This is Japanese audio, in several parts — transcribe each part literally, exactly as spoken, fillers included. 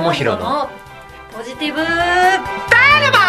智弘のポジティブダイナマ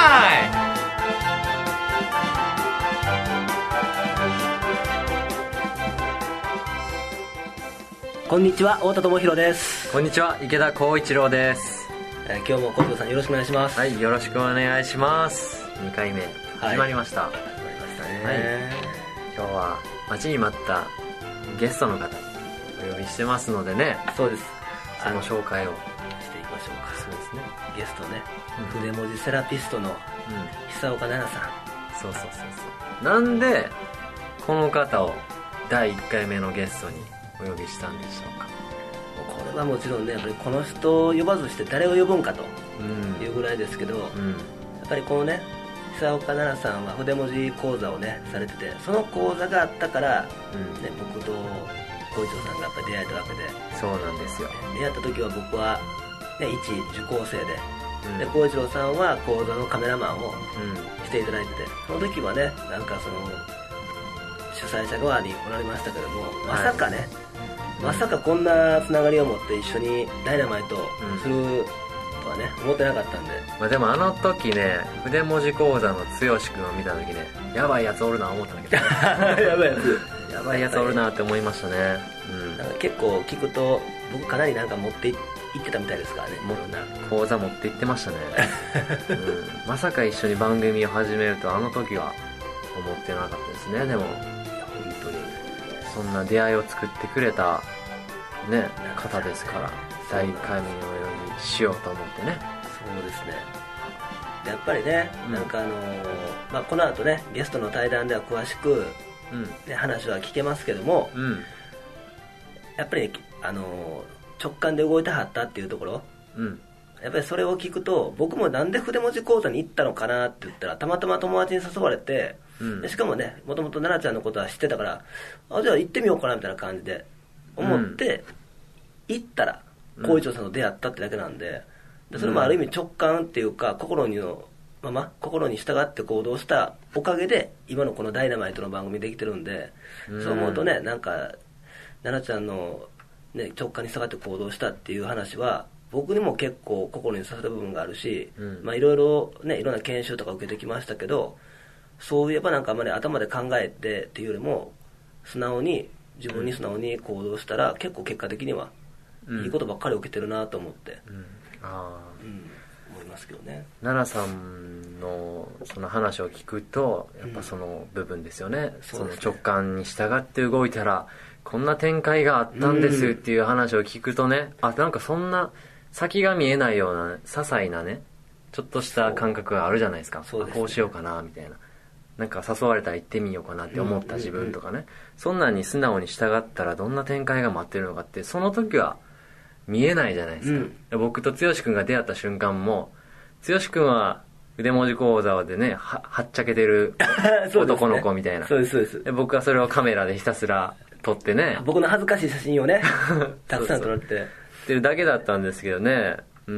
イ。こんにちは、太田智弘です。 こんにちは、池田光一郎です。 えー、今日も小坪さんよろしくお願いします。 はい、よろしくお願いします。にかいめ始まりました。はい、 始まりましたね。 はい、今日は待ちに待ったゲストの方お呼びしてますのでね。 そうです。 その紹介をしていきましょうか。 そうですね。 ゲストね、 うん、 筆文字セラピストの久岡奈々さん。そうそうそうそう。なんでこの方をだいいっかいめのゲストにお呼びしたんでしょうか。 これはもちろんね、やっぱりこの人を呼ばずして誰を呼ぶんかというぐらいですけど、うん、やっぱりこのね、久岡奈々さんは筆文字講座をねされてて、その講座があったから、うんね、僕と光一郎さんがやっぱり出会えたわけで。 そうなんですよ。 出会った時は僕は、ね、一受講生で、うん、で光一郎さんは講座のカメラマンをしていただいてて、その時はね、なんかその主催者側におられましたけども、まさかね、はい、まさかこんなつながりを持って一緒にダイナマイトするとはね、思ってなかったんで、 まあ、でもあの時ね、筆文字講座の剛君を見た時ね、やばいやつおるな思ったんだけどやばいやつやばいやつおるなって思いましたね、 うん、なんか結構聞くと僕かなりなんか持っていってたみたいですからね。 も講座持っていってましたね、うん、まさか一緒に番組を始めるとあの時は思ってなかったですね。でも本当にそんな出会いを作ってくれた、ね、方ですから、だいいっかいめにお呼びしようと思ってね。 そうですね。やっぱりね、うん、なんかあのーまあ、この後ねゲストの対談では詳しく、うんね、話は聞けますけども、うん、やっぱり、あのー、直感で動いてはったっていうところ、うん、やっぱりそれを聞くと、僕もなんで筆文字講座に行ったのかなって言ったら、たまたま友達に誘われて、うん、でしかもね、もともと奈々ちゃんのことは知ってたから、あ、じゃあ行ってみようかなみたいな感じで思って、うん、行ったら光一郎さんと出会ったってだけなんで、でそれもある意味直感っていうか、心にのまま心に従って行動したおかげで今のこのダイナマイトの番組できてるんで、うん、そう思うとね、なんか奈々ちゃんの、ね、直感に従って行動したっていう話は僕にも結構心に刺さった部分があるし、うん、まあいろいろね、いろんな研修とか受けてきましたけど、そういえばなんかあんまり頭で考えてっていうよりも素直に自分に素直に行動したら、結構結果的にはいいことばっかり受けてるなと思って、うん、あ、うん、思いますけどね。 奈々さんのその話を聞くとやっぱその部分ですよね、うん、その直感に従って動いたらこんな展開があったんですっていう話を聞くとね、うん、あ、なんかそんな先が見えないような些細なね、ちょっとした感覚があるじゃないですか。そうですね、こうしようかなみたいな、なんか誘われたら行ってみようかなって思った自分とかね、うんうんうん、そんなんに素直に従ったらどんな展開が待ってるのかってその時は見えないじゃないですか、うん、僕と剛君が出会った瞬間も、剛君は筆文字講座でね は, はっちゃけてる男の子みたいなそうですそうです。 で僕はそれをカメラでひたすら撮ってね、 僕の恥ずかしい写真をねたくさん撮られてってるだけだったんですけどね、うん、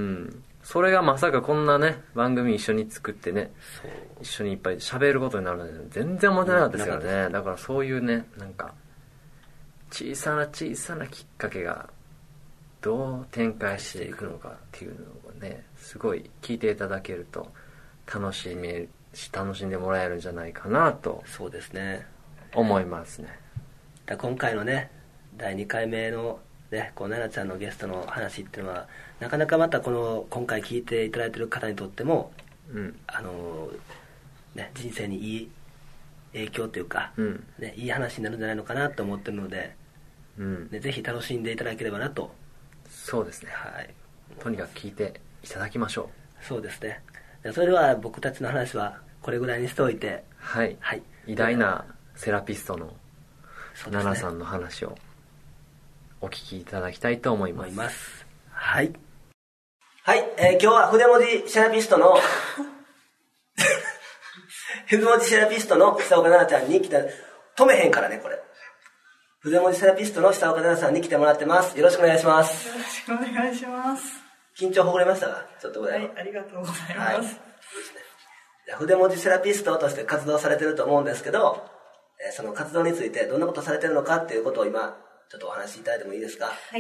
それがまさかこんなね番組一緒に作ってね、一緒にいっぱい喋ることになるなんて全然思ってなかったですからね。だからそういうね、なんか小さな小さなきっかけがどう展開していくのかっていうのをね、すごい聞いていただけると楽しめ楽しんでもらえるんじゃないかなと。 そうですね、 思いますね。 だ今回のねだいにかいめのね、こう奈々ちゃんのゲストの話っていうのはなかなかまたこの今回聞いていただいている方にとっても、うん、あのね、人生にいい影響というか、うんね、いい話になるんじゃないのかなと思ってるので、うんね、ぜひ楽しんでいただければなと。 そうですね、はい、とにかく聞いていただきましょう。そうですね。それでは僕たちの話はこれぐらいにしておいて、 はい、はい、偉大なセラピストの奈々さんの話をお聞きいただきたいと思います。 思います。はい。はい、えー、今日は筆文字セラピストの筆文字セラピストの久岡奈々ちゃんに来た、止めへんからねこれ。筆文字セラピストの久岡奈々さんに来てもらってます。よろしくお願いします。 よろしくお願いします。 緊張ほぐれましたか？ちょっとぐらい。 はい、ありがとうございます。はい、 筆文字セラピストとして活動されてると思うんですけど、えー、その活動についてどんなことされてるのかっていうことを今ちょっとお話しいただいてもいいですか？ はい、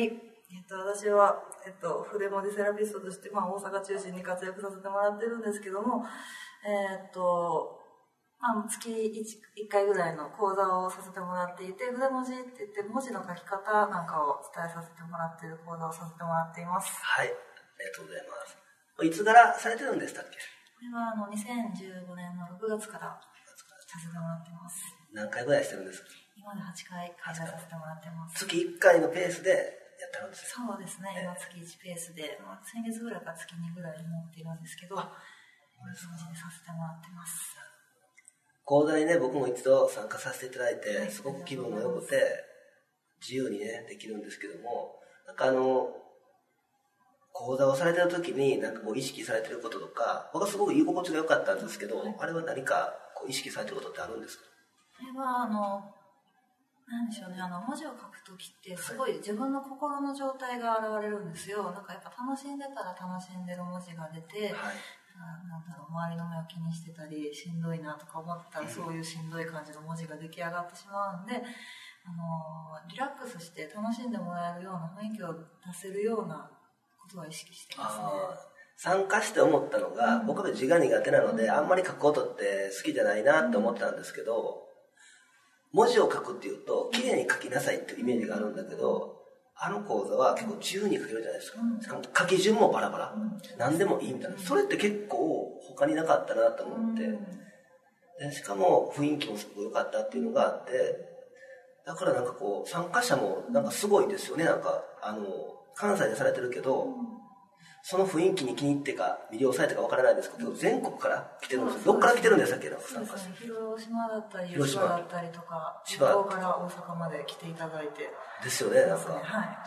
えっと、私は、えっと、筆文字セラピストとして、まあ、大阪中心に活躍させてもらってるんですけども、えっと、まあ、月 1, いっかいぐらいの講座をさせてもらっていて、筆文字って言って文字の書き方なんかを伝えさせてもらっている講座をさせてもらっています。 はい、ありがとうございます。いつからされてるんでしたっけ？ これはあのにせんじゅうごねんのろくがつからさせてもらってます。 何回ぐらいしてるんですか？ 今まではちかい開催させてもらってます。 月いっかいのペースでやってるんですよ。そうですね、今月いちペースで、まあ、先月ぐらいから月にぐらい持っているんですけど、文字でさせてもらってます。 講座にね、僕も一度参加させていただいて、すごく気分も良くて自由にねできるんですけども、なんかあの講座をされてる時になんかこう意識されてることとか、僕はすごく居心地が良かったんですけど、はい、あれは何かこう意識されてることってあるんですか？ あれはあのなんでしょうね、あの文字を書く時ってすごい自分の心の状態が現れるんですよ。なんかやっぱ楽しんでたら楽しんでる文字が出て、はい、なんだろう、周りの目を気にしてたりしんどいなとか思ってたら、そういうしんどい感じの文字が出来上がってしまうんで、あのリラックスして楽しんでもらえるような雰囲気を出せるようなことは意識してますね。 参加して思ったのが、うん、僕は字が苦手なので、うん、あんまり書くことって好きじゃないなって思ってたんですけど、文字を書くっていうと綺麗に書きなさいっていうイメージがあるんだけど、あの講座は結構自由に書けるじゃないですか。しかも書き順もバラバラ、何でもいいみたいな。それって結構他になかったなと思って、でしかも雰囲気もすごく良かったっていうのがあって、だからなんかこう参加者もなんかすごいですよね。なんかあの関西でされてるけど、その雰囲気に気に入ってか魅了されたかわからないですけど、全国から来てるんですよ。どっから来てるんでしたっけ？ そうですね、広島だったり広島だったりとか、向こうから大阪まで来ていただいてですよね。なんか、 はい、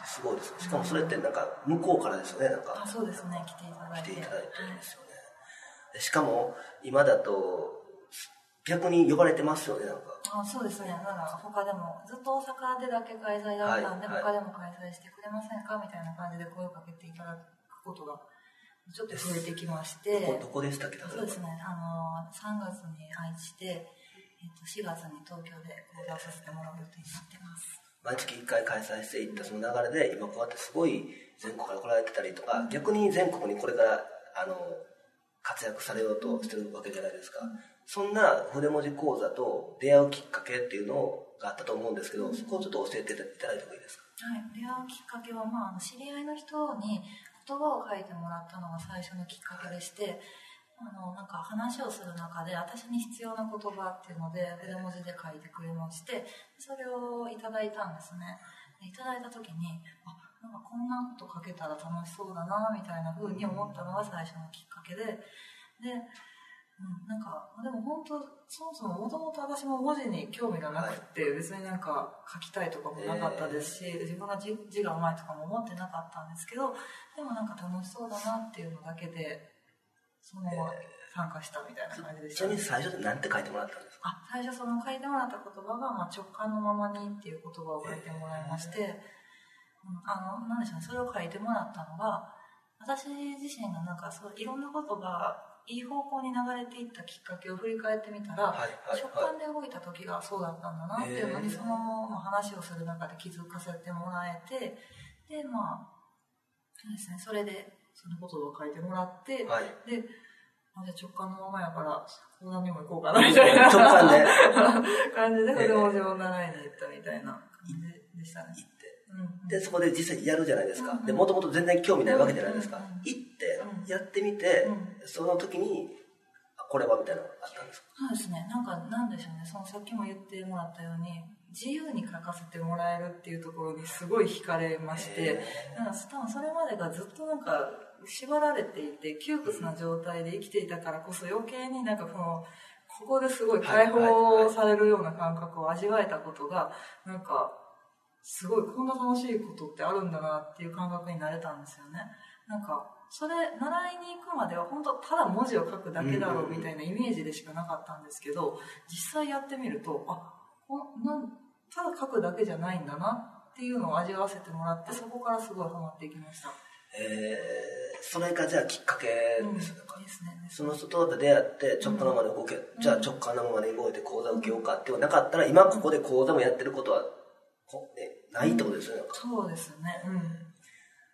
すごいです。しかもそれってなんか向こうからですよね。なんかあ、そうですね、来ていただいて来ていただいてるんですよね。はい、しかも今だと逆に呼ばれてますよね。なんかあ、そうですね。なんか他でもずっと大阪でだけ開催だったんで、はいはい、他でも開催してくれませんかみたいな感じで声をかけていただくことがちょっと増えてきまして、 どこ、どこでしたっけ？ そうですね、あのさんがつに愛知で、えっと、しがつに東京で講座をさせてもらう予定になってます。 毎月いっかい開催していったその流れで、今こうやってすごい全国から来られてたりとか、逆に全国にこれからあの活躍されようとしてるわけじゃないですか。そんな筆文字講座と出会うきっかけっていうのがあったと思うんですけど、そこをちょっと教えていただいてもいいですか？ はい、出会うきっかけは、まあ、知り合いの人に言葉を書いてもらったのが最初のきっかけでして、あのなんか話をする中で私に必要な言葉っていうので筆文字で書いてくれまして、それをいただいたんですね。いただいた時に、あ、なんかこんなこと書けたら楽しそうだなみたいな風に思ったのが最初のきっかけで、で、うん、なんかでも本当そもそももともと私も文字に興味がなくて、はい、別になんか書きたいとかもなかったですし、えー、自分が 字, 字がうまいとかも思ってなかったんですけど、でもなんか楽しそうだなっていうのだけでそのまま参加したみたいな感じでした、 ね。ちなみに最初何て書いてもらったんですか？ あ、最初その書いてもらった言葉が、まあ、直感のままにっていう言葉を書いてもらいまして、えーうん、あのなんでしょうね、それを書いてもらったのが私自身がなんかそういろんなことがいい方向に流れていったきっかけを振り返ってみたら、はいはいはい、直感で動いた時がそうだったんだなっていうのに、その、まあ、話をする中で気づかせてもらえて、でまあそうですね、それでそのことを書いてもらって、はい、であ、じゃあ直感のままやから講座にも行こうかなみたいな直感で感じで筆文字を習いに行ったみたいな感じでしたね。 行って、うんうん、でそこで実際やるじゃないですか、うんうん、でもともと全然興味ないわけじゃないですか、うんうんうん、行ってやってみて、うん、その時にこれはみたいなのがあったんですか？ そうですね、なんかなんでしょうね、そのさっきも言ってもらったように自由に書かせてもらえるっていうところにすごい惹かれまして、なんか多分それまでがずっとなんか縛られていて窮屈な状態で生きていたからこそ余計になんかこのここですごい解放されるような感覚を味わえたことがなんかすごいこんな楽しいことってあるんだなっていう感覚になれたんですよね。なんかそれ習いに行くまでは本当ただ文字を書くだけだろうみたいなイメージでしかなかったんですけど、実際やってみるとあなんただ書くだけじゃないんだなっていうのを味わわせてもらって、そこからすごいハマっていきました。 えー、それがじゃあきっかけですね、うん、ですね。その人と出会って直感のままで動け、うん、じゃあ直感のままで動いて講座受けようかっていうのがなかったら今ここで講座もやってることは、ね、ないってことですよね。 そうですね、うん、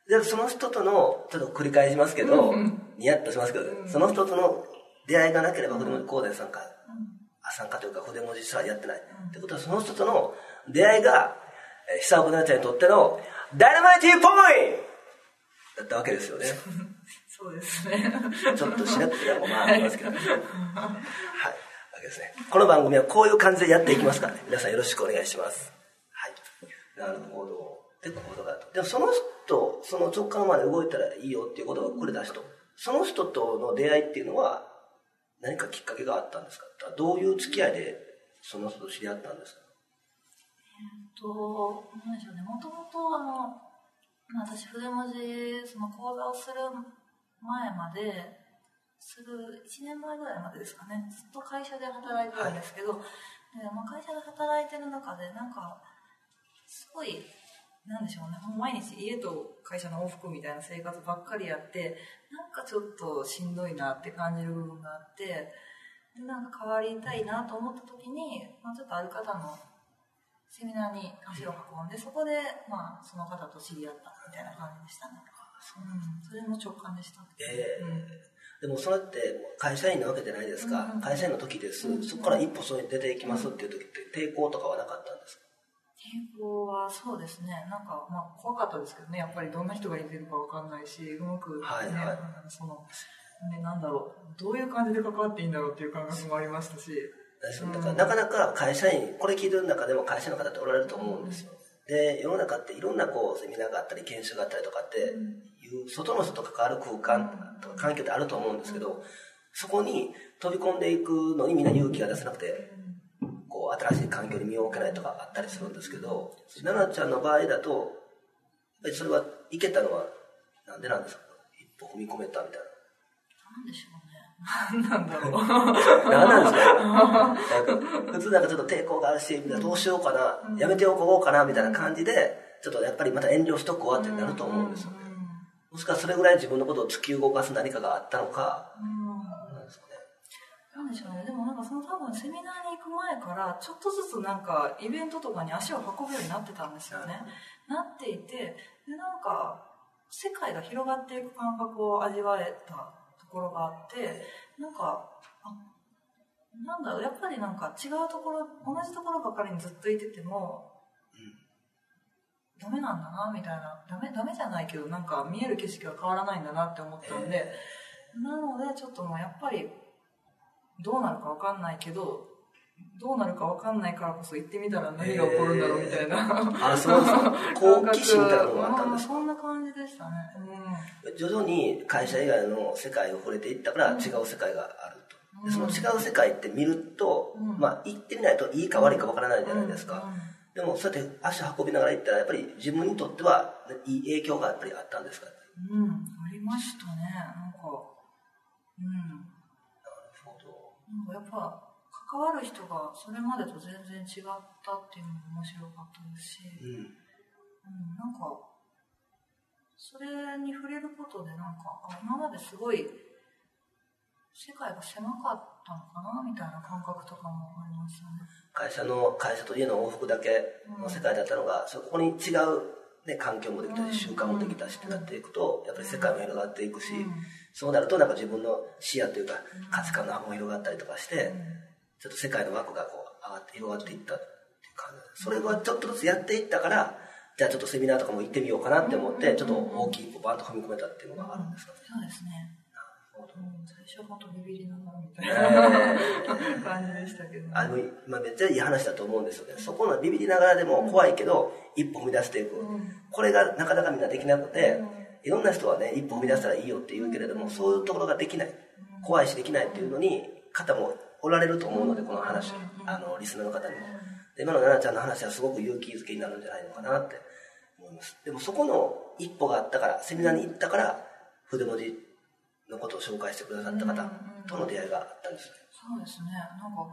でその人とのちょっと繰り返しますけど、ニヤッとしますけど、その人との出会いがなければ筆文字講座に参加、あ参加というか筆文字すらやってない、ってことはその人との出会いが久岡奈々ちゃんにとってのダイナマイティーポイントだったわけですよね。 そうですね。 ちょっとしなくてもまあありますけど、はい、わけですね。この番組はこういう感じでやっていきますからね、皆さんよろしくお願いします。はい、なるほど。でことがあとでもその人その直感まで動いたらいいよっていうことをくれた人、その人との出会いっていうのは何かきっかけがあったんですか？どういう付き合いでその人と知り合ったんですか？ えっと何でしょうね、もともとあの、まあ、私筆文字その講座をする前までするいちねんまえぐらいまでですかね、ずっと会社で働いてたんですけど、はい、でまあ、会社で働いてる中でなんかすごいなんでしょうね、もう毎日家と会社の往復みたいな生活ばっかりやって、なんかちょっとしんどいなって感じる部分があって、でなんか変わりたいなと思った時に、まあ、ちょっとある方のセミナーに足を運んで、そこで、まあ、その方と知り合ったみたいな感じでしたね。うん、それも直感でした。 えーうん、 でもそれって会社員なわけじゃないですか、うん、会社員の時です、うん、そこから一歩そうに出ていきますっていう時って抵抗とかはなかったんですか？ 抵抗はそうですね、なんかまあ怖かったですけどね、やっぱりどんな人がいてるかわかんないし、うまくね、はいはい、そのね、なんだろう、どういう感じで関わっていいんだろうっていう感覚もありましたし、 だからなかなか会社員、これ聞いてる中でも会社の方っておられると思うんですよ。で、世の中っていろんなこうセミナーがあったり研修があったりとかっていう外の人と関わる空間とか環境ってあると思うんですけど、そこに飛び込んでいくのにみんな勇気が出せなくて、こう新しい環境に身を置けないとかあったりするんですけど、奈々ちゃんの場合だとやっぱりそれはいけたのはなんでなんですか？一歩踏み込めたみたいな。 なんでしょうね。なんだろう。 何なんですか？なんか普通なんかちょっと抵抗があるし、みんなどうしようかな、うん、やめておこうかなみたいな感じで、ちょっとやっぱりまた遠慮しとこうってなると思うんですよね。もしくはそれぐらい自分のことを突き動かす何かがあったのか、 うん、なんですかね。なんでしょうね。でもなんかその多分セミナーに行く前からちょっとずつなんかイベントとかに足を運ぶようになってたんですよね。なっていて、でなんか世界が広がっていく感覚を味わえたところがあって、なんかあなんだろう、やっぱりなんか違うところ、同じところばかりにずっといてても、うん、ダメなんだなみたいな、ダメダメじゃないけどなんか見える景色は変わらないんだなって思ったんで、なのでちょっともうやっぱりどうなるか分かんないけど、どうなるか分かんないからこそ行ってみたら何が起こるんだろうみたいな、えー、あ、そうですか。好奇心みたいなのがあったんですか？ そんな感じでしたね、 うん、徐々に会社以外の世界を触れていったから違う世界があると、うん、でその違う世界って見ると、うん、まあ行ってみないといいか悪いか分からないじゃないですか、うんうん、でもそうやって足運びながら行ったらやっぱり自分にとってはいい影響がやっぱりあったんですか？ うん、ありましたね。なんかうんなんかやっぱ関わる人がそれまでと全然違ったっていうのも面白かったですし、うんうん、なんかそれに触れることでなんか今まですごい世界が狭かったのかなみたいな感覚とかもありましたね。 会社の会社と家の往復だけの世界だったのが、うん、そこに違う、ね、環境もできたし習慣もできたしってなっていくとやっぱり世界も広がっていくし、うん、そうなるとなんか自分の視野というか価値観の幅も広がったりとかして、うん、ちょっと世界の枠がこう上がって広がっていったっていう感じ。それはちょっとずつやっていったからじゃあちょっとセミナーとかも行ってみようかなって思ってちょっと大きい一歩バンと踏み込めたっていうのがあるんですかね。 そうですね。最初は本当ビビりながらみたいな感じでしたけど、ね、 あのまあ、めっちゃいい話だと思うんですよね。そこのビビりながらでも怖いけど、うん、一歩踏み出していく、うん、これがなかなかみんなできなくて、うん、いろんな人はね一歩踏み出したらいいよって言うけれども、うん、そういうところができない、うん、怖いしできないっていうのに方もおられると思うので、この話、うん、あのリスナーの方にも、で今の奈々ちゃんの話はすごく勇気づけになるんじゃないのかなって思います。でもそこの一歩があったからセミナーに行ったから筆文字のことを紹介してくださった方との出会いがあったんですね。 そうですね。なんか、うん、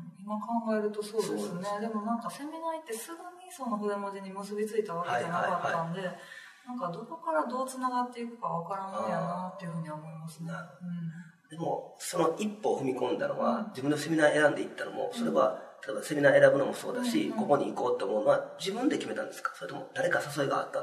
今考えるとそうですね。でもなんかセミナー行ってすぐにその筆文字に結びついたわけじゃなかったんで、はいはいはい、なんかどこからどうつながっていくかわからんもんやなっていうふうには思いますね。 うん、でもその一歩を踏み込んだのは、自分のセミナー選んで行ったのも、それは例えばセミナー選ぶのもそうだし、うんうん、ここに行こうと思うのは自分で決めたんですか？それとも誰か誘いがあったんですか？ う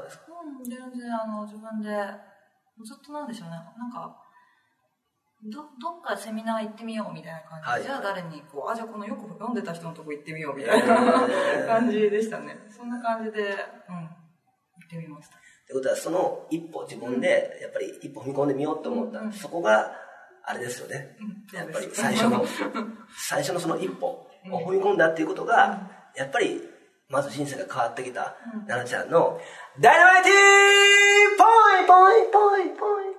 うん、全然あの自分でずっとなんでしょうね、なんかど, どっかセミナー行ってみようみたいな感じで、はい、じゃあ誰にこう、あ、じゃあこのよく読んでた人のとこ行ってみようみたいな感じでしたね。そんな感じで、うん、行ってみました。 ってことは、その一歩自分でやっぱり一歩踏み込んでみようと思った、うん、そこがあれですよね、うん、やっぱり最初の最初のその一歩を踏み込んだっていうことが、うん、やっぱりまず人生が変わってきた、うん、奈々ちゃんのダイナマイティーポイポイポイポイ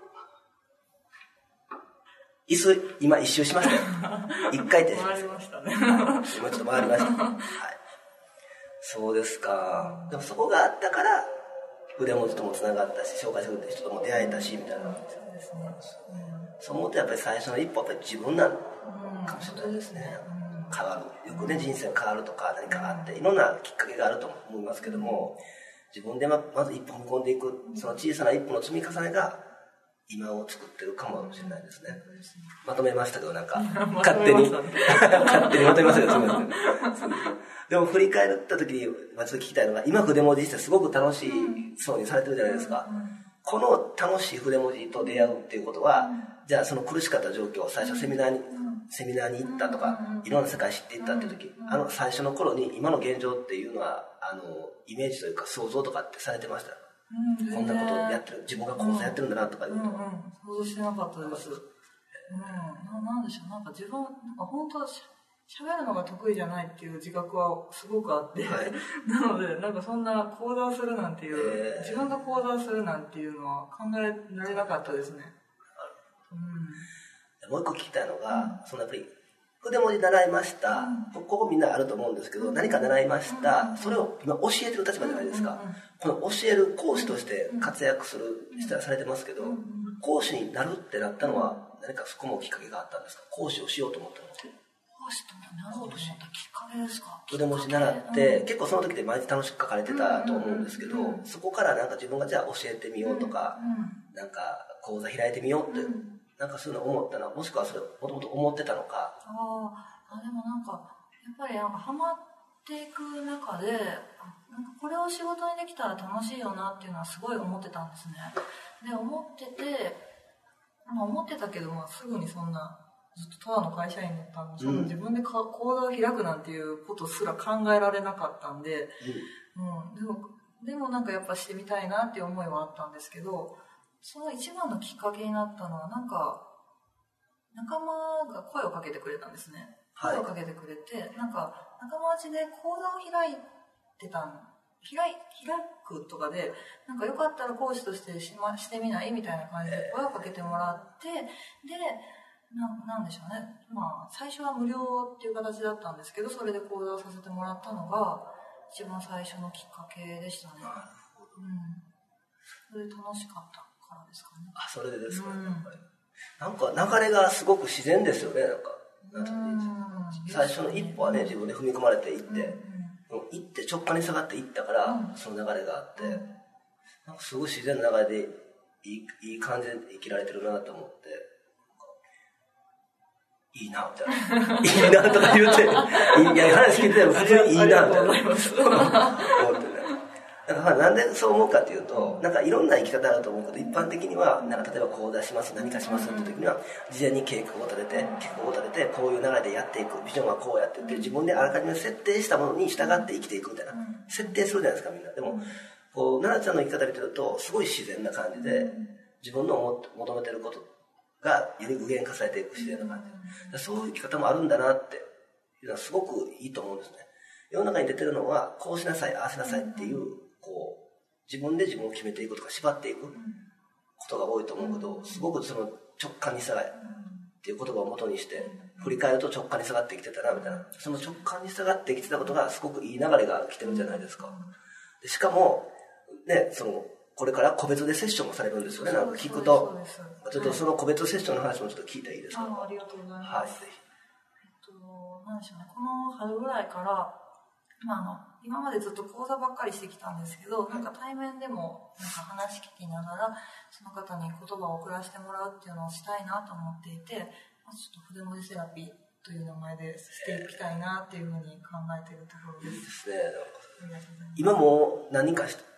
椅子、今一周しましたよ。一回転しました。回りましたね。今ちょっと回りました。はい。そうですか。でもそこがあったから、筆文字ともつながったし、紹介してくれた人とも出会えたし、みたいな。そうですね。そう思うとやっぱり最初の一歩はやっぱり自分なのかもしれないですね。変わる。よくね、人生が変わるとか何かがあって、いろんなきっかけがあると思いますけども、自分でまず一歩踏み込んでいく、その小さな一歩の積み重ねが、今を作ってるかもしれないですね。まとめましたけど、なんか、勝手に、勝手にまとめましたけど、すみません。でも振り返った時に、まあ、ちょっと聞きたいのが、今筆文字ってすごく楽しそうにされてるじゃないですか。この楽しい筆文字と出会うっていうことは、じゃあその苦しかった状況を最初セミナーに、セミナーに行ったとか、いろんな世界知っていったっていう時、あの最初の頃に今の現状っていうのは、あの、イメージというか想像とかってされてました？うん、こんなことやってる、自分が講座やってるんだなとかいうこと、うんうん、 想像してなかったです。うん、な, なんでしょう、なんか自分、なんか本当しゃべるのが得意じゃないっていう自覚はすごくあって、はい、なのでなんかそんな講座をするなんていう、えー、自分が講座をするなんていうのは考えられなかったですね。 うん、もう一個聞きたいのが、うん、そのやっぱり筆文字習いました、うん、ここみんなあると思うんですけど、何か習いました、うん、それを今教えてる立場じゃないですか、うん、この教える講師として活躍する人はされてますけど、講師になるってなったのは何かそこもきっかけがあったんですか？講師をしようと思ったの？ 講師となろうと思ったきっかけですか？ 筆文字習って、うん、結構その時で毎日楽しく書かれてたと思うんですけど、うんうんうん、そこからなんか自分がじゃあ教えてみようとか、うんうん、なんか講座開いてみようって、うん、なんかそういうの思ったのは、もしくはそれもともと思ってたのか。 ああ、でもなんかやっぱりなんかハマっていく中で、なんかこれを仕事にできたら楽しいよなっていうのはすごい思ってたんですね。で思ってて、まあ、思ってたけど、まあ、すぐにそんなずっとただの会社員だったんで、うん、自分でか講座を開くなんていうことすら考えられなかったんで、うんうん、でもでもなんかやっぱしてみたいなっていう思いはあったんですけど、その一番のきっかけになったのはなんか仲間が声をかけてくれたんですね。声をかけてくれて、なんか仲間内で講座を開いてたん開, 開くとかで、なんかよかったら講師としてし、ま、してみないみたいな感じで声をかけてもらって、で な, なんでしょうね、まあ最初は無料っていう形だったんですけど、それで講座をさせてもらったのが一番最初のきっかけでしたね。なるほど、うん、それで楽しかったからですかね。 あ、それでですか、ね、うん、なんか流れがすごく自然ですよね。なんかなんうん最初の一歩はね、自分で踏み込まれていって、うんうん、行って直下に下がっていったから、うん、その流れがあって、うん、なんかすごい自然な流れでいい、いい感じで生きられてるなと思って、いいなみたいな、いいなとか言って、いや話聞いてても普通にいいなみたいな思ってね。だからなんでそう思うかというと、なんかいろんな生き方あると思うけど、一般的にはなんか例えばこう出します何かしますって時には事前に計画を立てて計画を立ててこういう流れでやっていく、ビジョンはこうやってって自分であらかじめ設定したものに従って生きていくみたいな、設定するじゃないですかみんな。でもこう奈々ちゃんの生き方見てるとすごい自然な感じで、自分の求めてることがより具現化されていく自然な感じ、そういう生き方もあるんだなっていうのはすごくいいと思うんですね。世の中に出てるのはこうしなさいああしなさいっていう、こう自分で自分を決めていくとか縛っていくことが多いと思うけど、すごくその直感に従えっていう言葉を元にして振り返ると直感に従ってきてたなみたいな、その直感に従ってきてたことがすごくいい流れが来てるんじゃないですか。でしかもね、そのこれから個別でセッションもされるんですよね。なんか聞くとちょっとその個別セッションの話もちょっと聞いたらいいですか？ あ, ありがとうございます。はい、えっとなんでしょうね、この春ぐらいから、まあ、あの今までずっと講座ばっかりしてきたんですけど、なんか対面でもなんか話聞きながらその方に言葉を送らせてもらうっていうのをしたいなと思っていて、まあ、ちょっと筆文字セラピーという名前でしていきたいなっていうふうに考えているところです。 いいですね。今も何人か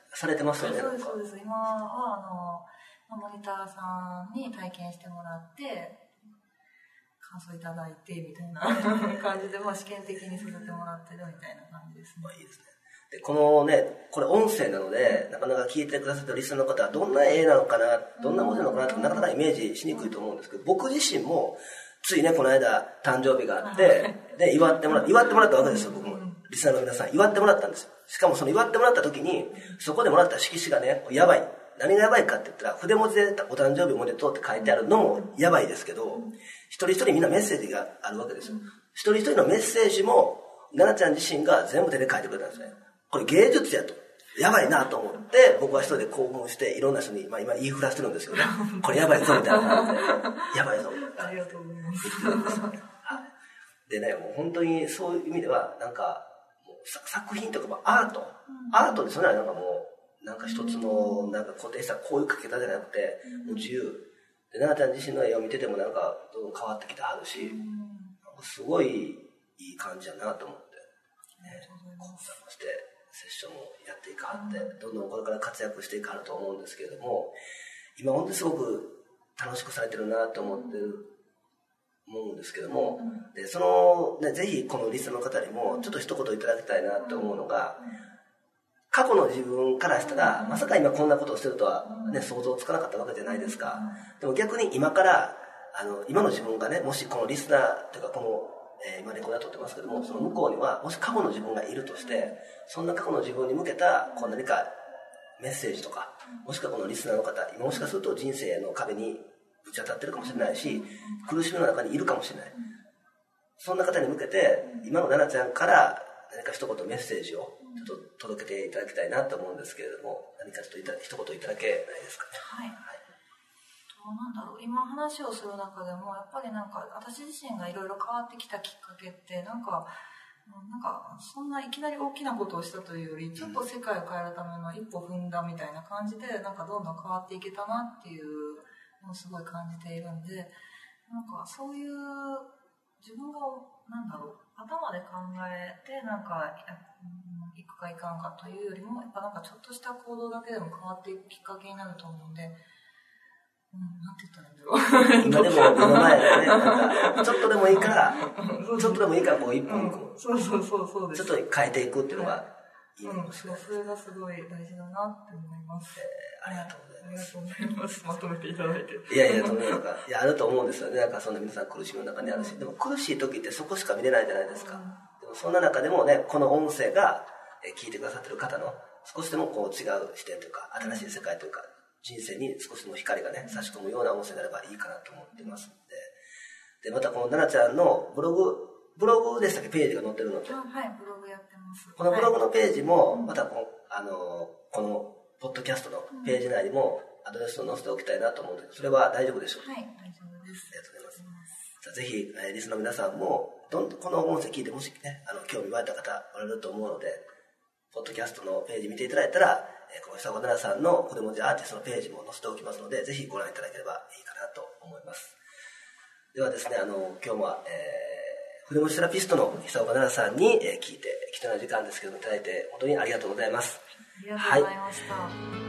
されてますよね。 そうですそうです。今はあのモニターさんに体験してもらって感想いただいてみたいな感じで、まあ、試験的にさせてもらってるみたいな感じですね。 まあ、いいですね。でこのね、これ音声なので、なかなか聞いてくださってるリスナーの方はどんな絵なのかな、どんな文字なのかなってなかなかイメージしにくいと思うんですけど、僕自身もついねこの間誕生日があってで祝ってもら祝ってもらったわけですよ。僕もリスナーの皆さん祝ってもらったんですよ。しかもその祝ってもらった時にそこでもらった色紙がねやばい、何がやばいかって言ったら筆文字でお誕生日おめでとうって書いてあるのもやばいですけど、一人一人みんなメッセージがあるわけですよ。一人一人のメッセージも奈々ちゃん自身が全部手で書いてくれたんですね。これ芸術やとやばいなと思って僕は一人で興奮していろんな人に、まあ、今言いふらしてるんですけどねこれやばいぞみたいな感じでやばいぞありがとうございますでね、もう本当にそういう意味ではなんかもう作品とかアート、うん、アートですよね。なんかもうなんか一つのなんか固定したこういう描き方じゃなくて、うん、もう自由で奈々ちゃん自身の絵を見ててもなんかどんどん変わってきてはるし、うん、すごいいい感じだなと思って、ね、講座もしてセッションもやっていかはって、どんどんこれから活躍していかはると思うんですけれども、今本当にすごく楽しくされてるなと思ってる思うんですけども、でその、ね、ぜひこのリスナーの方にもちょっと一言いただきたいなと思うのが、過去の自分からしたらまさか今こんなことをしてるとは、ね、想像つかなかったわけじゃないですか。でも逆に今からあの今の自分がね、もしこのリスナーというかこのえー、今レコーダー撮ってますけども、その向こうにはもし過去の自分がいるとして、そんな過去の自分に向けたこう何かメッセージとか、もしくはこのリスナーの方、今もしかすると人生の壁にぶち当たってるかもしれないし、苦しみの中にいるかもしれない。そんな方に向けて今の奈々ちゃんから何か一言メッセージをちょっと届けていただきたいなと思うんですけれども、何かちょっといた一言いただけないですかね。 はい、はい。なんだろう、今話をする中でもやっぱりなんか私自身がいろいろ変わってきたきっかけってなんかなんかそんないきなり大きなことをしたというより、ちょっと世界を変えるための一歩踏んだみたいな感じでなんかどんどん変わっていけたなっていうのをすごい感じているんで、なんかそういう自分がなんだろう頭で考えてなんか行くか行かんかというよりも、やっぱなんかちょっとした行動だけでも変わっていくきっかけになると思うんで。うん、なんて言ったらいいんだろう。 今でも目の前でね、なんかちょっとでもいいからちょっとでもいいからこう一本こう、うん、 そうそうそうそうです。 ちょっと変えていくっていうのがいいのかもしれない。それがすごい大事だなって思います。 えー、ありがとうございます。 ありがとうございます。まとめていただいて。 いやいや、とにかくいやあると思うんですよね。なんかそんな皆さん苦しみの中にあるし、でも苦しい時ってそこしか見れないじゃないですか。うん、でもそんな中でもね、この音声が聞いてくださってる方の少しでもこう違う視点というか新しい世界というか。人生に少しでも光がね差し込むような音声になればいいかなと思ってますので、でまたこの奈々ちゃんのブログブログでしたっけ、ページが載ってるので、 はい、ブログやってます。 このブログのページもまたこあのこのポッドキャストのページ内にもアドレスを載せておきたいなと思うんですけど、それは大丈夫でしょうか。 はい、大丈夫です。 ありがとうございます。じゃあぜひ、えー、リスナーの皆さんもどんどんこの音声聞いてもしねあの興味湧いた方おられると思うので、ポッドキャストのページ見ていただいたら、えー、この久子奈々さんの筆文字アーティストのページも載せておきますので、ぜひご覧いただければいいかなと思います。ではですね、あの今日は、えー、筆文字セラピストの久子奈々さんに、えー、聞いて貴重な時間ですけどもいただいて本当にありがとうございます。 ありがとうございました。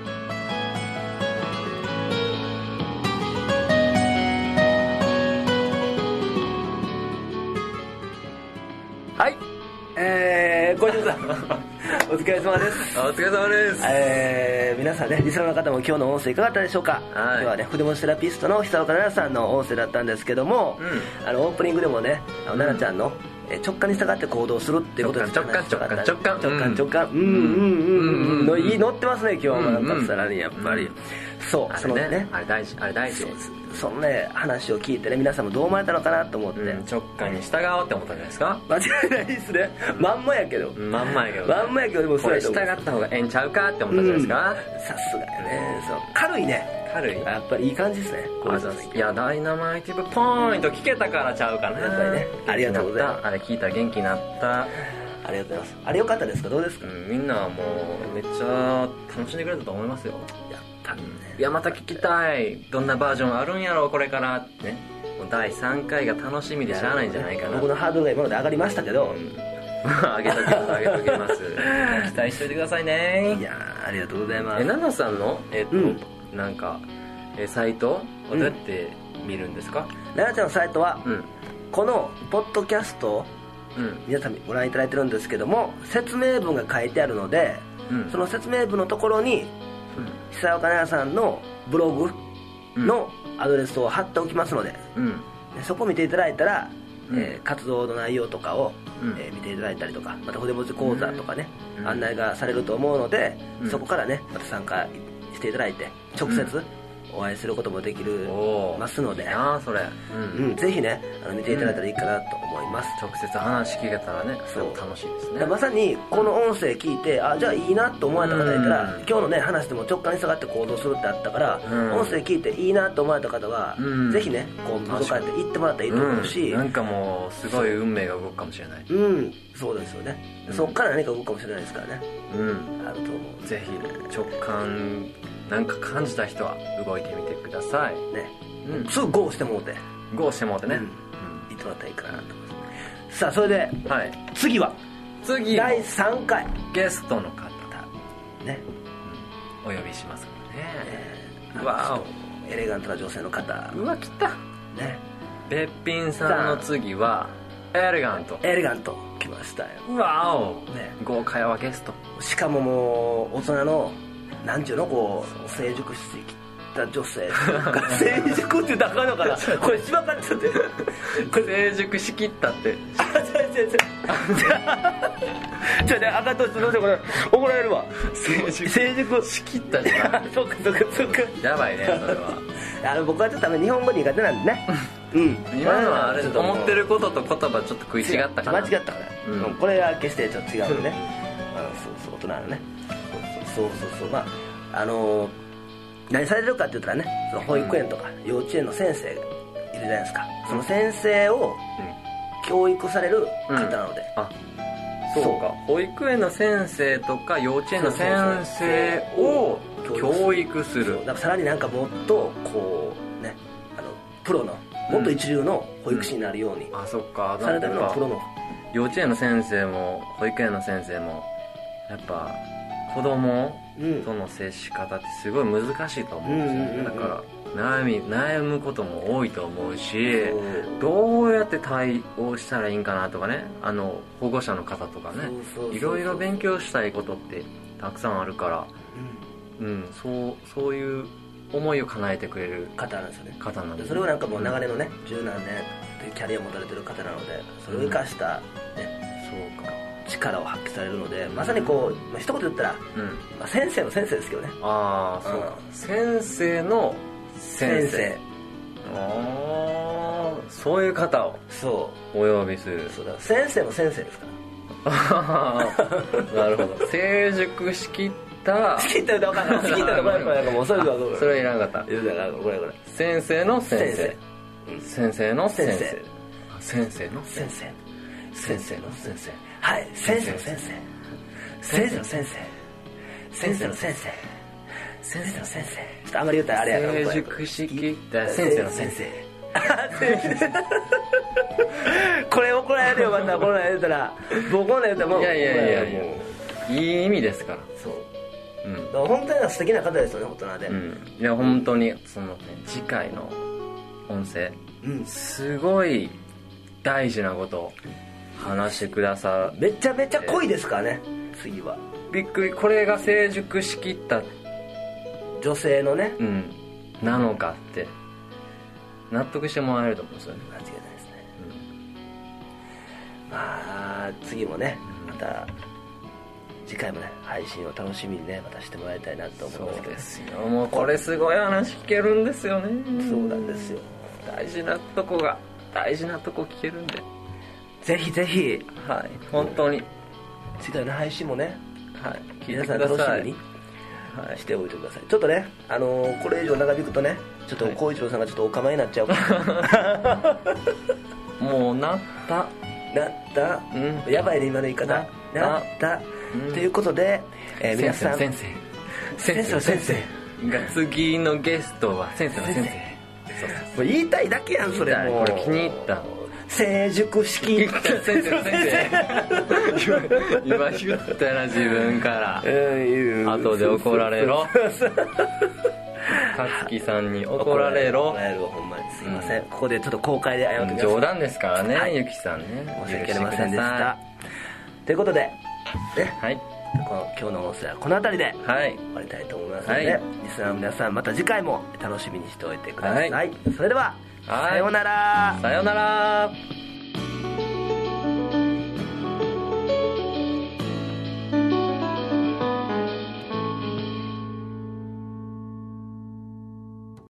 はい、はい、えー、小泉さんお疲れ様です。 お疲れ様です。 えー、皆さんね、リスナーの方も今日の音声いかがだったでしょうか。はい、今日はね、筆文字セラピストの久岡奈々さんの音声だったんですけども、うん、あのオープニングでもね、あの奈々ちゃんの、うん、直感に従って行動するっていうことです。 直感直感直感直感直感うんうんうんうんのいい乗ってますね今日は。なんかさらにやっぱり、うん、そうそのねあれ大事あれ大事です。 そのね話を聞いてね皆さんもどう思われたのかなと思って、うん、 直感に従おうって思ったんじゃないですか。 間違いないですね。まんまやけどまんまやけどまんまやけどでもそれ従った方がええんちゃうかって思ったんじゃないですか。 さすがやね。そう軽いね軽いやっぱりいい感じですね。 いやダイナマイティブポーイント聞けたからちゃうかな。 やっぱりねありがとうございます。 あれ聞いたら元気になった。 ありがとうございます。あれ良かったですか。どうですか、 うん、みんなはもうめっちゃ楽しんでくれたと思いますよ。 やったね。 いやまた聞きたい。どんなバージョンあるんやろうこれからってね。もうだいさんかいが楽しみでしゃあないんじゃないかな。 僕のハードルが今まで上がりましたけど、うん、 あげときますあげときます期待しておいてくださいね。 いやありがとうございます。 えナナさんのえっと、うん、なんかえサイトをどうやって見るんですか？ ナナちゃんのサイトは、うん、このポッドキャスト、うん、皆さんご覧いただいてるんですけども説明文が書いてあるので、うん、その説明文のところに、うん、久岡奈々さんのブログのアドレスを貼っておきますので、うん、でそこを見ていただいたら、うんえー、活動の内容とかを、うんえー、見ていただいたりとかまた筆文字講座とかね、うん、案内がされると思うので、うん、そこからねまた参加していただいて直接、うんお会いすることもできるますので、 あそれ、 うんうん、ぜひねあの見ていただいたらいいかなと思います、 うん、直接話聞けたらねそう楽しいですね。 まさにこの音声聞いてあじゃあいいなと思われた方がいたら、うん、今日のね話でも直感に下がって行動するってあったから、うん、音声聞いていいなと思われた方は、うん、ぜひねこう覗かれて行ってもらったらいいと思うし、 うん、なんかもうすごい運命が動くかもしれない。 うんそうですよね、うん、そっから何か動くかもしれないですからね、 うん、 あると思う。 ぜひ直感なんか感じた人は動いてみてくださいね、うん、すぐゴーしてもうてゴーしてもうてね、うんうん、言ってもらったらいいかなと思います。さあそれで、はい、次は次だいさんかいゲストの方ね、 うん、お呼びしますからね、 えー、わおエレガントな女性の方うわ来たねべっぴんさんの次はエレガントエレガント来ましたよ。 わお、ね、豪華やわゲストしかももう大人のなんちゅうのこう成熟してきた女性成熟って言ったらあかんのかなこれ一番かっちゃってこれ成熟しきったってあ違う違う違うじゃあね赤としてどうしてこれ怒られるわ成熟成熟しきったじゃんそっかそっかそっかやばいねそれはあの僕はちょっと日本語苦手なんでねうん今のはあれ思ってることと言葉ちょっと食い違ったかな間違ったから、うん、これは決してちょっと違うねあそうそう大人のねそうそうそうまああのー、何されてるかって言ったらねその保育園とか幼稚園の先生がいるじゃないですか、うん、その先生を教育される方なので、 うん、あそうか保育園の先生とか幼稚園の先生を教育するだからさらになんかもっとこうねあのプロのもっと一流の保育士になるように、 うん、あそっかされたのプロの幼稚園の先生も保育園の先生もやっぱ子供との接し方ってすごい難しいと思うんですよね、うん、だから悩み悩むことも多いと思うしどうやって対応したらいいんかなとかねあの保護者の方とかねいろいろ勉強したいことってたくさんあるから、うんうん、そうそういう思いを叶えてくれる方なんですよね方なんです、ね、 それをなんかもう長年のね十何年というキャリアを持たれてる方なのでそれを生かした、ねうん、そうか力を発揮されるのでまさにこう、まあ、一言言ったら、うんまあ、先生の先生ですけどねああそうか、うん、先生の先生先生ああそういう方をそうお呼びするそうだ先生の先生ですからなるほど成熟しきったしきったら分かんないしきったらこれこれもうそれがそれはいらなかったこれこれ先生の先生先生の先生先生の先生先生の先生はい先生の先生先生の先生先生の先生先生の先生ちょっとあんまり言ったらあれやから成熟しきった先生の先生これ怒られるよまたこんなん言うたら僕こんなん言うたらもういやいやいやいやいい意味ですからそううん、だから本当に素敵な方ですよね大人で、 うん、いや本当にそのね次回の音声、うん、すごい大事なことを話してくださめちゃめちゃ濃いですからね次はびっくりこれが成熟しきった女性のね、 うん、なのかって納得してもらえると思うんですよね間違いないですね、うん、まあ次もねまた次回もね配信を楽しみにねまたしてもらいたいなと思うんですけどそうですよもうこれすごい話聞けるんですよねそうなんですよ大事なとこが大事なとこ聞けるんでぜひぜひはい本当に次回の配信もねはい聞いてください皆さん楽しみに、はい、しておいてくださいちょっとねあのー、これ以上長引くとねちょっと光一郎さんがちょっとお構いになっちゃうからもうなったなった、うん、やばいね今の言い方なったと、うん、いうことで、えー、皆さん先生先生先生が次のゲストは先生の先生もう言いたいだけやんそれもこれ気に入った成熟式先生先生今言ったよな自分から後で怒られろ勝木さんに怒られろ怒られるほんまにすいません、うん、ここでちょっと公開で謝ってください。 冗談ですからね、 はい、 ゆきさんね申し訳ありませんでしたということで、ね、 はい、 この今日の放送はこの辺りで終わりたいと思いますので、はい、リスナーの皆さんまた次回も楽しみにしておいてください、はい、それではさようならさようなら。